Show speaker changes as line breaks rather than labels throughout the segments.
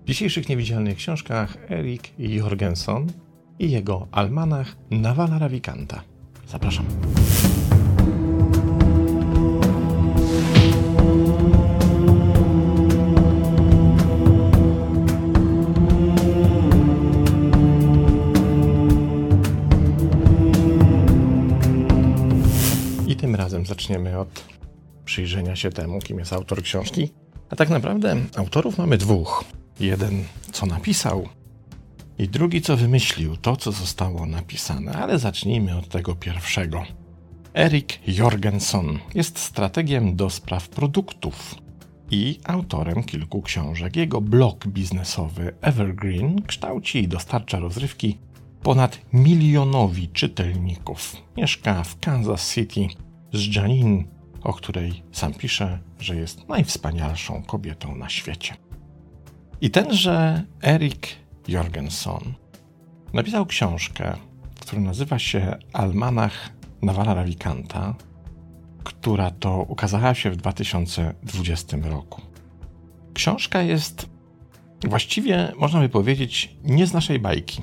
W dzisiejszych niewidzialnych książkach Erik Jorgenson i jego almanach Navala Ravikanta. Zapraszam. I tym razem zaczniemy od przyjrzenia się temu, kim jest autor książki. A tak naprawdę autorów mamy dwóch. Jeden, co napisał, i drugi, co wymyślił to, co zostało napisane. Ale zacznijmy od tego pierwszego. Erik Jorgenson jest strategiem do spraw produktów i autorem kilku książek. Jego blog biznesowy Evergreen kształci i dostarcza rozrywki ponad milionowi czytelników. Mieszka w Kansas City z Janine, o której sam pisze, że jest najwspanialszą kobietą na świecie. I tenże Erik Jorgenson napisał książkę, która nazywa się Almanach Navala Ravikanta, która to ukazała się w 2020 roku. Książka jest właściwie, można by powiedzieć, nie z naszej bajki.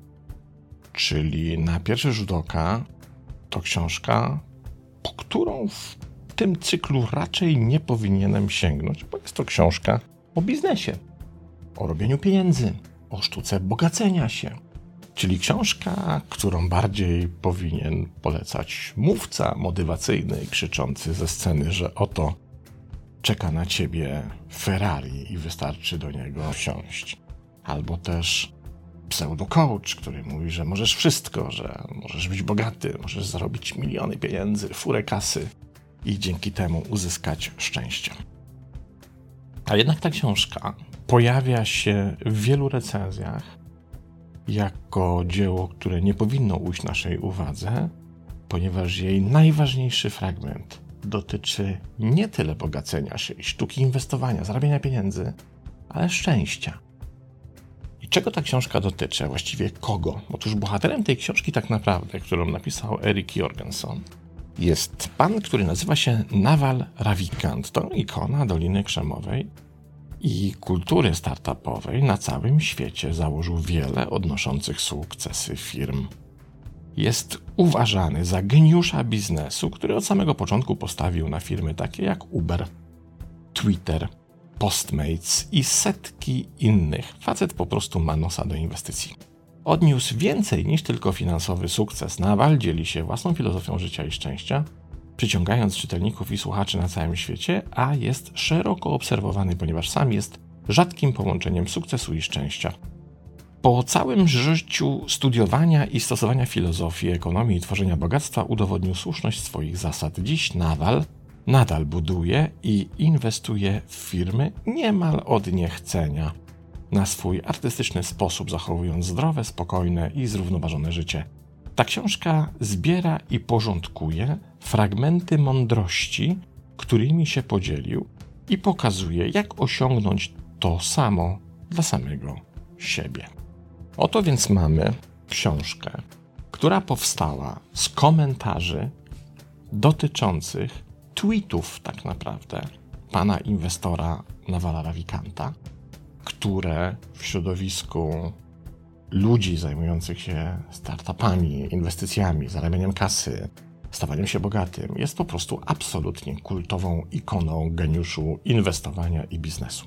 Czyli na pierwszy rzut oka to książka, po którą w tym cyklu raczej nie powinienem sięgnąć, bo jest to książka o biznesie, o robieniu pieniędzy, o sztuce bogacenia się. Czyli książka, którą bardziej powinien polecać mówca motywacyjny krzyczący ze sceny, że oto czeka na ciebie Ferrari i wystarczy do niego wsiąść. Albo też pseudo-coach, który mówi, że możesz wszystko, że możesz być bogaty, możesz zarobić miliony pieniędzy, furę kasy i dzięki temu uzyskać szczęście. A jednak ta książka pojawia się w wielu recenzjach jako dzieło, które nie powinno ujść naszej uwadze, ponieważ jej najważniejszy fragment dotyczy nie tyle bogacenia się i sztuki inwestowania, zarabiania pieniędzy, ale szczęścia. I czego ta książka dotyczy? Właściwie kogo? Otóż bohaterem tej książki tak naprawdę, którą napisał Erik Jorgenson, jest pan, który nazywa się Naval Ravikant. To ikona Doliny Krzemowej i kultury startupowej na całym świecie. Założył wiele odnoszących sukcesy firm. Jest uważany za geniusza biznesu, który od samego początku postawił na firmy takie jak Uber, Twitter, Postmates i setki innych. Facet po prostu ma nosa do inwestycji. Odniósł więcej niż tylko finansowy sukces. Naval dzieli się własną filozofią życia i szczęścia, przyciągając czytelników i słuchaczy na całym świecie, a jest szeroko obserwowany, ponieważ sam jest rzadkim połączeniem sukcesu i szczęścia. Po całym życiu studiowania i stosowania filozofii, ekonomii i tworzenia bogactwa udowodnił słuszność swoich zasad. Dziś Naval nadal buduje i inwestuje w firmy niemal od niechcenia, na swój artystyczny sposób, zachowując zdrowe, spokojne i zrównoważone życie. Ta książka zbiera i porządkuje fragmenty mądrości, którymi się podzielił i pokazuje, jak osiągnąć to samo dla samego siebie. Oto więc mamy książkę, która powstała z komentarzy dotyczących tweetów tak naprawdę pana inwestora Navala Ravikanta, które w środowisku ludzi zajmujących się startupami, inwestycjami, zarabianiem kasy, stawaniem się bogatym, jest po prostu absolutnie kultową ikoną geniuszu inwestowania i biznesu.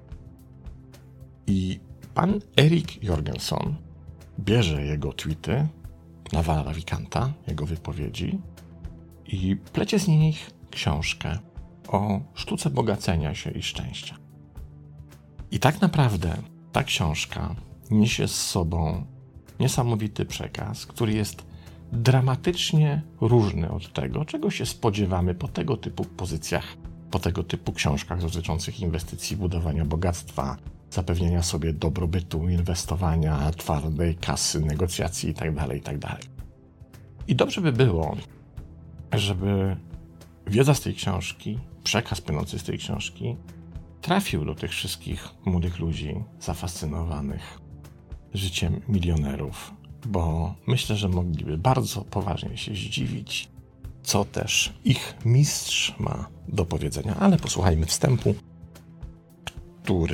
I pan Erik Jorgenson bierze jego tweety, Navala Ravikanta, jego wypowiedzi i plecie z nich książkę o sztuce bogacenia się i szczęścia. I tak naprawdę ta książka niesie z sobą niesamowity przekaz, który jest dramatycznie różny od tego, czego się spodziewamy po tego typu pozycjach, po tego typu książkach dotyczących inwestycji, budowania bogactwa, zapewnienia sobie dobrobytu, inwestowania, twardej kasy, negocjacji itd., itd. I dobrze by było, żeby wiedza z tej książki, przekaz płynący z tej książki trafił do tych wszystkich młodych ludzi zafascynowanych życiem milionerów, bo myślę, że mogliby bardzo poważnie się zdziwić, co też ich mistrz ma do powiedzenia. Ale posłuchajmy wstępu, który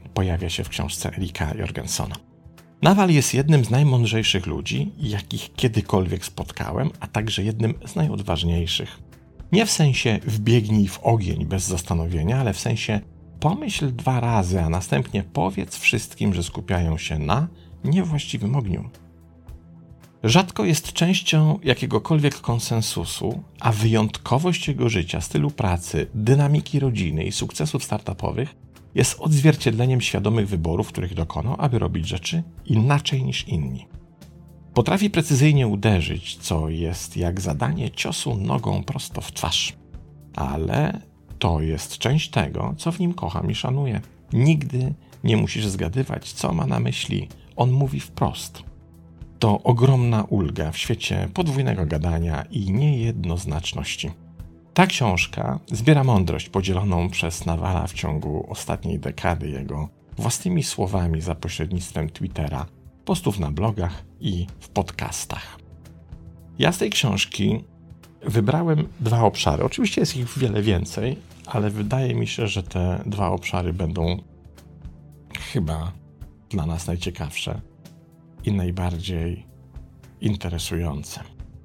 pojawia się w książce Erika Jorgensona. Naval jest jednym z najmądrzejszych ludzi, jakich kiedykolwiek spotkałem, a także jednym z najodważniejszych. Nie w sensie wbiegnij w ogień bez zastanowienia, ale w sensie pomyśl 2 razy, a następnie powiedz wszystkim, że skupiają się na niewłaściwym ogniu. Rzadko jest częścią jakiegokolwiek konsensusu, a wyjątkowość jego życia, stylu pracy, dynamiki rodziny i sukcesów startupowych jest odzwierciedleniem świadomych wyborów, których dokonał, aby robić rzeczy inaczej niż inni. Potrafi precyzyjnie uderzyć, co jest jak zadanie ciosu nogą prosto w twarz. Ale to jest część tego, co w nim kocham i szanuję. Nigdy nie musisz zgadywać, co ma na myśli. On mówi wprost. To ogromna ulga w świecie podwójnego gadania i niejednoznaczności. Ta książka zbiera mądrość podzieloną przez Navala w ciągu ostatniej dekady jego własnymi słowami za pośrednictwem Twittera, postów na blogach i w podcastach. Ja z tej książki wybrałem 2 obszary. Oczywiście jest ich wiele więcej, ale wydaje mi się, że te 2 obszary będą chyba dla nas najciekawsze i najbardziej interesujące.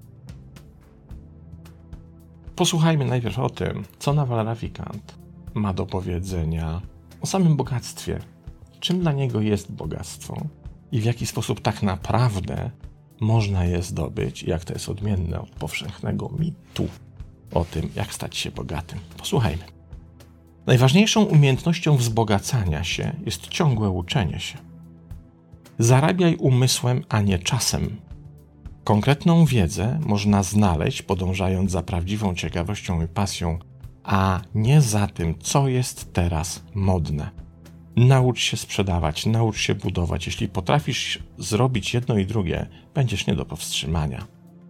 Posłuchajmy najpierw o tym, co Naval Ravikant ma do powiedzenia o samym bogactwie. Czym dla niego jest bogactwo i w jaki sposób tak naprawdę można je zdobyć i jak to jest odmienne od powszechnego mitu o tym, jak stać się bogatym. Posłuchajmy. Najważniejszą umiejętnością wzbogacania się jest ciągłe uczenie się. Zarabiaj umysłem, a nie czasem. Konkretną wiedzę można znaleźć, podążając za prawdziwą ciekawością i pasją, a nie za tym, co jest teraz modne. Naucz się sprzedawać, naucz się budować. Jeśli potrafisz zrobić jedno i drugie, będziesz nie do powstrzymania.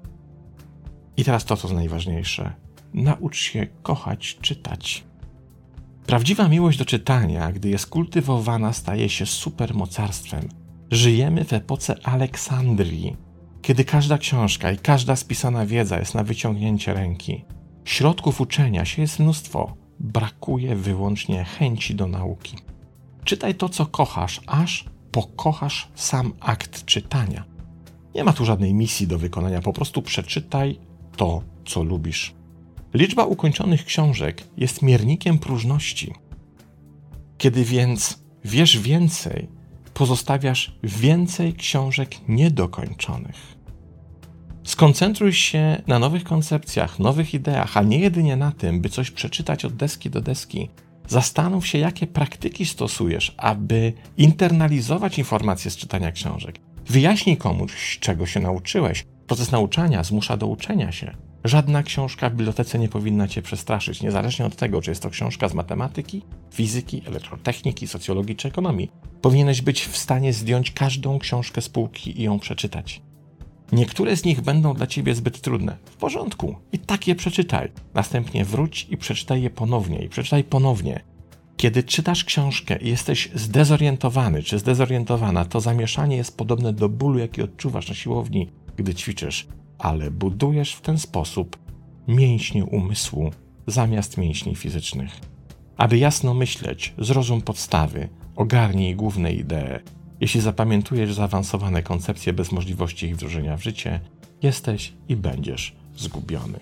I teraz to, co najważniejsze. Naucz się kochać, czytać. Prawdziwa miłość do czytania, gdy jest kultywowana, staje się supermocarstwem. Żyjemy w epoce Aleksandrii, kiedy każda książka i każda spisana wiedza jest na wyciągnięcie ręki. Środków uczenia się jest mnóstwo. Brakuje wyłącznie chęci do nauki. Czytaj to, co kochasz, aż pokochasz sam akt czytania. Nie ma tu żadnej misji do wykonania, po prostu przeczytaj to, co lubisz. Liczba ukończonych książek jest miernikiem próżności. Kiedy więc wiesz więcej, pozostawiasz więcej książek niedokończonych. Skoncentruj się na nowych koncepcjach, nowych ideach, a nie jedynie na tym, by coś przeczytać od deski do deski. Zastanów się, jakie praktyki stosujesz, aby internalizować informacje z czytania książek. Wyjaśnij komuś, czego się nauczyłeś. Proces nauczania zmusza do uczenia się. Żadna książka w bibliotece nie powinna cię przestraszyć, niezależnie od tego, czy jest to książka z matematyki, fizyki, elektrotechniki, socjologii czy ekonomii. Powinieneś być w stanie zdjąć każdą książkę z półki i ją przeczytać. Niektóre z nich będą dla ciebie zbyt trudne. W porządku. I tak je przeczytaj. Następnie wróć i przeczytaj je ponownie. I przeczytaj ponownie. Kiedy czytasz książkę i jesteś zdezorientowany czy zdezorientowana, to zamieszanie jest podobne do bólu, jaki odczuwasz na siłowni, gdy ćwiczysz. Ale budujesz w ten sposób mięśnie umysłu zamiast mięśni fizycznych. Aby jasno myśleć, zrozum podstawy, ogarnij główne idee. Jeśli zapamiętujesz zaawansowane koncepcje bez możliwości ich wdrożenia w życie, jesteś i będziesz zgubiony.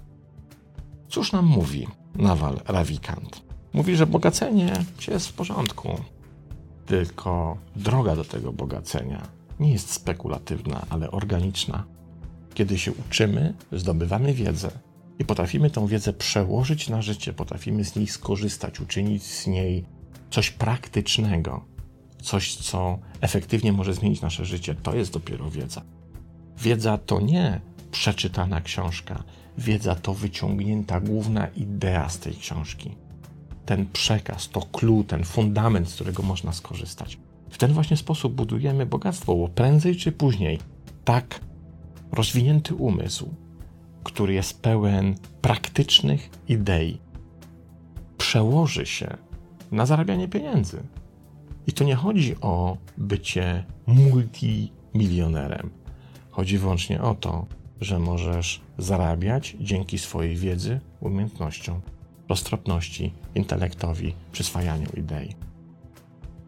Cóż nam mówi Naval Ravikant? Mówi, że bogacenie jest w porządku. Tylko droga do tego bogacenia nie jest spekulatywna, ale organiczna. Kiedy się uczymy, zdobywamy wiedzę i potrafimy tą wiedzę przełożyć na życie, potrafimy z niej skorzystać, uczynić z niej coś praktycznego, coś, co efektywnie może zmienić nasze życie, to jest dopiero wiedza. Wiedza to nie przeczytana książka. Wiedza to wyciągnięta główna idea z tej książki. Ten przekaz, to clue, ten fundament, z którego można skorzystać. W ten właśnie sposób budujemy bogactwo, bo prędzej czy później tak rozwinięty umysł, który jest pełen praktycznych idei, przełoży się na zarabianie pieniędzy. I tu nie chodzi o bycie multimilionerem. Chodzi wyłącznie o to, że możesz zarabiać dzięki swojej wiedzy, umiejętnościom, roztropności, intelektowi, przyswajaniu idei.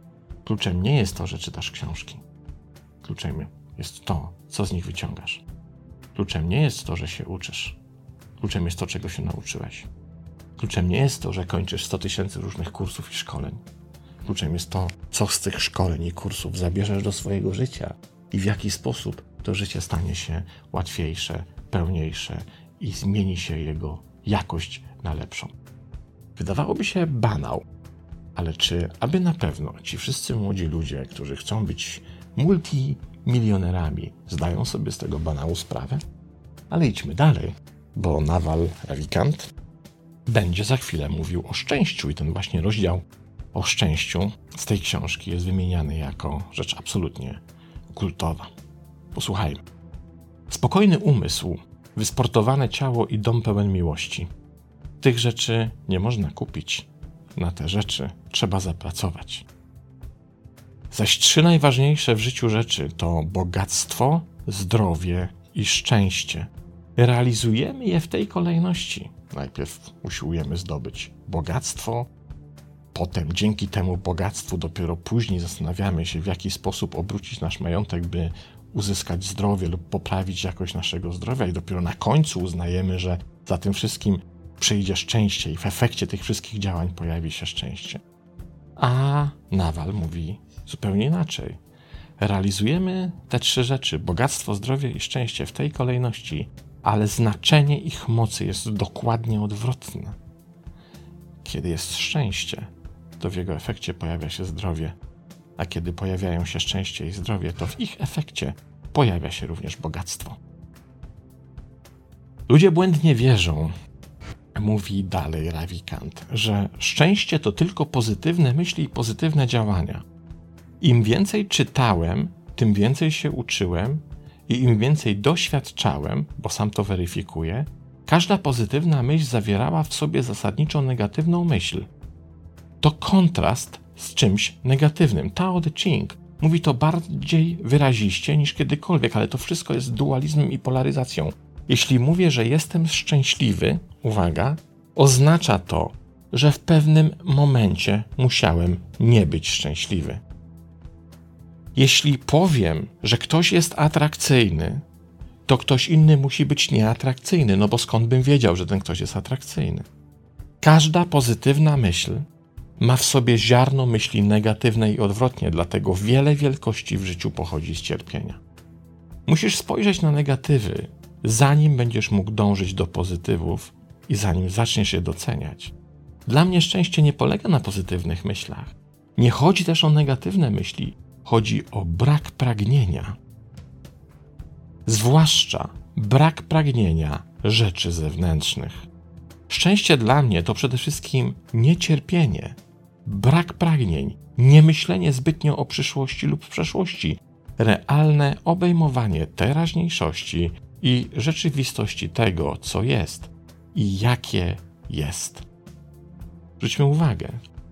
Kluczem nie jest to, że czytasz książki. Kluczem jest to, co z nich wyciągasz. Kluczem nie jest to, że się uczysz. Kluczem jest to, czego się nauczyłeś. Kluczem nie jest to, że kończysz 100 000 różnych kursów i szkoleń. Kluczem jest to, co z tych szkoleń i kursów zabierzesz do swojego życia i w jaki sposób to życie stanie się łatwiejsze, pełniejsze i zmieni się jego jakość na lepszą. Wydawałoby się banał, ale czy aby na pewno ci wszyscy młodzi ludzie, którzy chcą być multimilionerami, zdają sobie z tego banału sprawę? Ale idźmy dalej, bo Naval Ravikant będzie za chwilę mówił o szczęściu i ten właśnie rozdział o szczęściu z tej książki jest wymieniany jako rzecz absolutnie kultowa. Posłuchajmy. Spokojny umysł, wysportowane ciało i dom pełen miłości. Tych rzeczy nie można kupić. Na te rzeczy trzeba zapracować. Zaś 3 najważniejsze w życiu rzeczy to bogactwo, zdrowie i szczęście. Realizujemy je w tej kolejności. Najpierw usiłujemy zdobyć bogactwo, potem dzięki temu bogactwu dopiero później zastanawiamy się, w jaki sposób obrócić nasz majątek, by uzyskać zdrowie lub poprawić jakość naszego zdrowia i dopiero na końcu uznajemy, że za tym wszystkim przyjdzie szczęście i w efekcie tych wszystkich działań pojawi się szczęście. A Naval mówi zupełnie inaczej. Realizujemy te 3 rzeczy, bogactwo, zdrowie i szczęście w tej kolejności, ale znaczenie ich mocy jest dokładnie odwrotne. Kiedy jest szczęście, to w jego efekcie pojawia się zdrowie, a kiedy pojawiają się szczęście i zdrowie, to w ich efekcie pojawia się również bogactwo. Ludzie błędnie wierzą, mówi dalej Ravikant, że szczęście to tylko pozytywne myśli i pozytywne działania. Im więcej czytałem, tym więcej się uczyłem i im więcej doświadczałem, bo sam to weryfikuję, każda pozytywna myśl zawierała w sobie zasadniczo negatywną myśl. To kontrast z czymś negatywnym. Tao Te Ching mówi to bardziej wyraziście niż kiedykolwiek, ale to wszystko jest dualizmem i polaryzacją. Jeśli mówię, że jestem szczęśliwy, uwaga, oznacza to, że w pewnym momencie musiałem nie być szczęśliwy. Jeśli powiem, że ktoś jest atrakcyjny, to ktoś inny musi być nieatrakcyjny, no bo skąd bym wiedział, że ten ktoś jest atrakcyjny? Każda pozytywna myśl ma w sobie ziarno myśli negatywnej i odwrotnie, dlatego wiele wielkości w życiu pochodzi z cierpienia. Musisz spojrzeć na negatywy, zanim będziesz mógł dążyć do pozytywów i zanim zaczniesz je doceniać. Dla mnie szczęście nie polega na pozytywnych myślach. Nie chodzi też o negatywne myśli, chodzi o brak pragnienia. Zwłaszcza brak pragnienia rzeczy zewnętrznych. Szczęście dla mnie to przede wszystkim niecierpienie, brak pragnień, niemyślenie zbytnio o przyszłości lub przeszłości, realne obejmowanie teraźniejszości i rzeczywistości tego, co jest i jakie jest. Zwróćmy uwagę.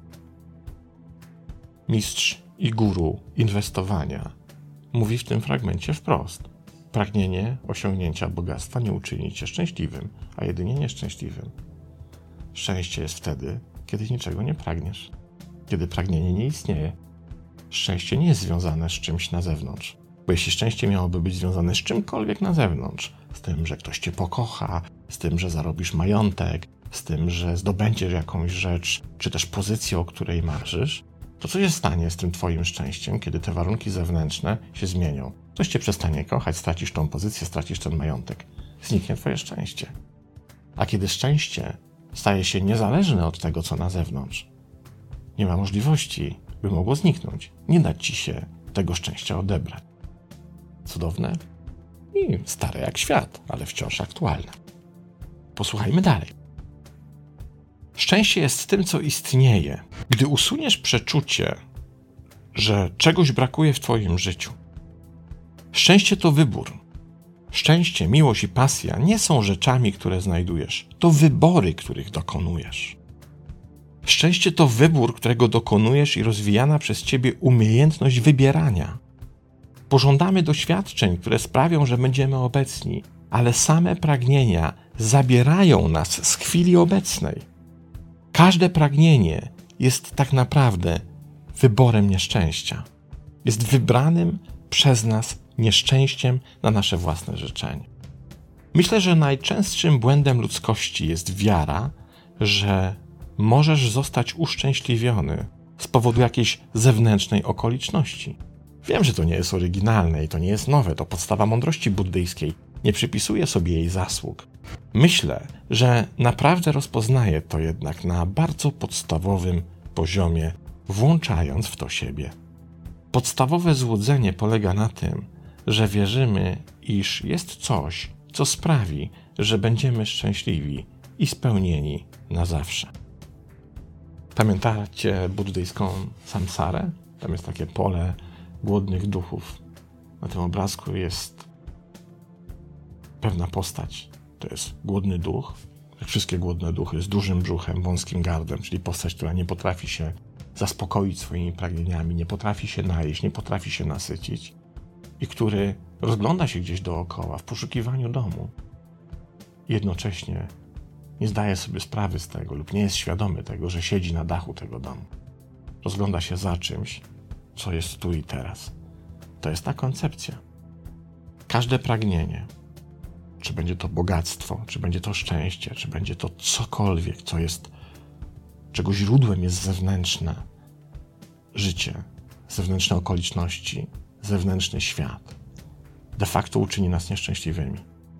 Mistrz i guru inwestowania mówi w tym fragmencie wprost. Pragnienie osiągnięcia bogactwa nie uczyni cię szczęśliwym, a jedynie nieszczęśliwym. Szczęście jest wtedy, kiedy niczego nie pragniesz, kiedy pragnienie nie istnieje. Szczęście nie jest związane z czymś na zewnątrz, bo jeśli szczęście miałoby być związane z czymkolwiek na zewnątrz, z tym, że ktoś cię pokocha, z tym, że zarobisz majątek, z tym, że zdobędziesz jakąś rzecz, czy też pozycję, o której marzysz, to co się stanie z tym twoim szczęściem, kiedy te warunki zewnętrzne się zmienią? Ktoś cię przestanie kochać, stracisz tą pozycję, stracisz ten majątek. Zniknie twoje szczęście. A kiedy szczęście staje się niezależne od tego, co na zewnątrz, nie ma możliwości, by mogło zniknąć. Nie dać ci się tego szczęścia odebrać. Cudowne i stare jak świat, ale wciąż aktualne. Posłuchajmy dalej. Szczęście jest tym, co istnieje. Gdy usuniesz przeczucie, że czegoś brakuje w twoim życiu. Szczęście to wybór. Szczęście, miłość i pasja nie są rzeczami, które znajdujesz. To wybory, których dokonujesz. Szczęście to wybór, którego dokonujesz i rozwijana przez ciebie umiejętność wybierania. Pożądamy doświadczeń, które sprawią, że będziemy obecni, ale same pragnienia zabierają nas z chwili obecnej. Każde pragnienie jest tak naprawdę wyborem nieszczęścia. Jest wybranym przez nas nieszczęściem na nasze własne życzenie. Myślę, że najczęstszym błędem ludzkości jest wiara, że możesz zostać uszczęśliwiony z powodu jakiejś zewnętrznej okoliczności. Wiem, że to nie jest oryginalne i to nie jest nowe, to podstawa mądrości buddyjskiej. Nie przypisuję sobie jej zasług. Myślę, że naprawdę rozpoznaję to jednak na bardzo podstawowym poziomie, włączając w to siebie. Podstawowe złudzenie polega na tym, że wierzymy, iż jest coś, co sprawi, że będziemy szczęśliwi i spełnieni na zawsze. Pamiętacie buddyjską samsarę? Tam jest takie pole głodnych duchów. Na tym obrazku jest pewna postać. To jest głodny duch. Jak wszystkie głodne duchy z dużym brzuchem, wąskim gardłem, czyli postać, która nie potrafi się zaspokoić swoimi pragnieniami, nie potrafi się najeść, nie potrafi się nasycić i który rozgląda się gdzieś dookoła w poszukiwaniu domu. Jednocześnie nie zdaje sobie sprawy z tego lub nie jest świadomy tego, że siedzi na dachu tego domu. Rozgląda się za czymś, co jest tu i teraz. To jest ta koncepcja. Każde pragnienie, czy będzie to bogactwo, czy będzie to szczęście, czy będzie to cokolwiek, czego źródłem jest zewnętrzne życie, zewnętrzne okoliczności, zewnętrzny świat, de facto uczyni nas nieszczęśliwymi.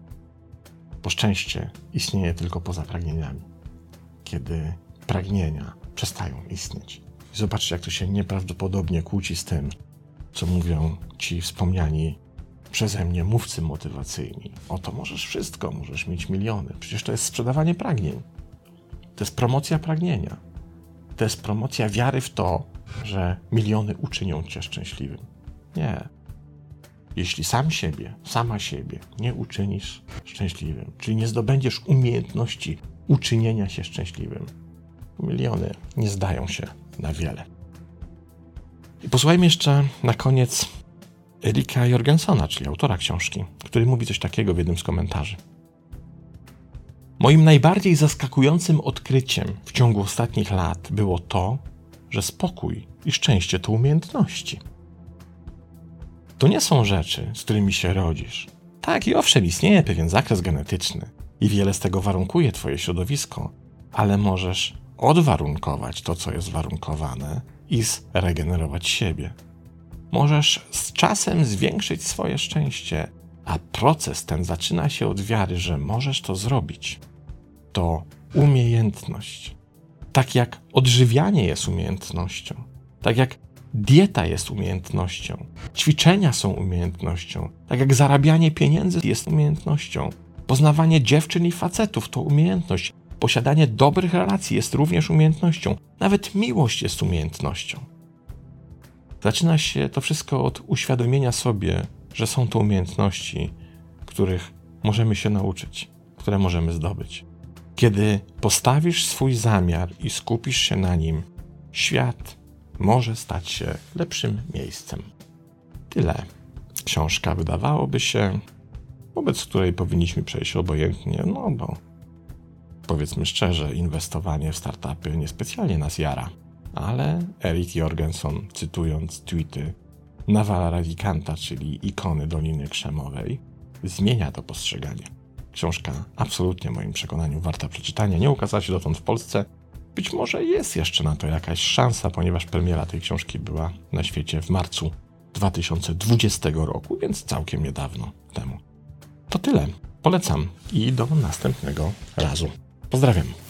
Bo szczęście istnieje tylko poza pragnieniami. Kiedy pragnienia przestają istnieć. I zobaczcie, jak to się nieprawdopodobnie kłóci z tym, co mówią ci wspomniani przeze mnie mówcy motywacyjni. Oto możesz wszystko, możesz mieć miliony. Przecież to jest sprzedawanie pragnień. To jest promocja pragnienia. To jest promocja wiary w to, że miliony uczynią cię szczęśliwym. Nie. Jeśli sama siebie nie uczynisz szczęśliwym, czyli nie zdobędziesz umiejętności uczynienia się szczęśliwym, miliony nie zdają się na wiele. I posłuchajmy jeszcze na koniec Erika Jorgensona, czyli autora książki, który mówi coś takiego w jednym z komentarzy. Moim najbardziej zaskakującym odkryciem w ciągu ostatnich lat było to, że spokój i szczęście to umiejętności. To nie są rzeczy, z którymi się rodzisz. Tak, i owszem, istnieje pewien zakres genetyczny i wiele z tego warunkuje twoje środowisko, ale możesz odwarunkować to, co jest warunkowane i zregenerować siebie. Możesz z czasem zwiększyć swoje szczęście, a proces ten zaczyna się od wiary, że możesz to zrobić. To umiejętność. Tak jak odżywianie jest umiejętnością, tak jak dieta jest umiejętnością, ćwiczenia są umiejętnością, tak jak zarabianie pieniędzy jest umiejętnością, poznawanie dziewczyn i facetów to umiejętność, posiadanie dobrych relacji jest również umiejętnością, nawet miłość jest umiejętnością. Zaczyna się to wszystko od uświadomienia sobie, że są to umiejętności, których możemy się nauczyć, które możemy zdobyć. Kiedy postawisz swój zamiar i skupisz się na nim, świat może stać się lepszym miejscem. Tyle. Książka wydawałoby się, wobec której powinniśmy przejść obojętnie, bo powiedzmy szczerze, inwestowanie w startupy niespecjalnie nas jara. Ale Erik Jorgenson, cytując tweety Nawala Ravikanta, czyli ikony Doliny Krzemowej, zmienia to postrzeganie. Książka absolutnie, w moim przekonaniu, warta przeczytania. Nie ukazała się dotąd w Polsce. Być może jest jeszcze na to jakaś szansa, ponieważ premiera tej książki była na świecie w marcu 2020 roku, więc całkiem niedawno temu. To tyle. Polecam i do następnego razu. Pozdrawiam.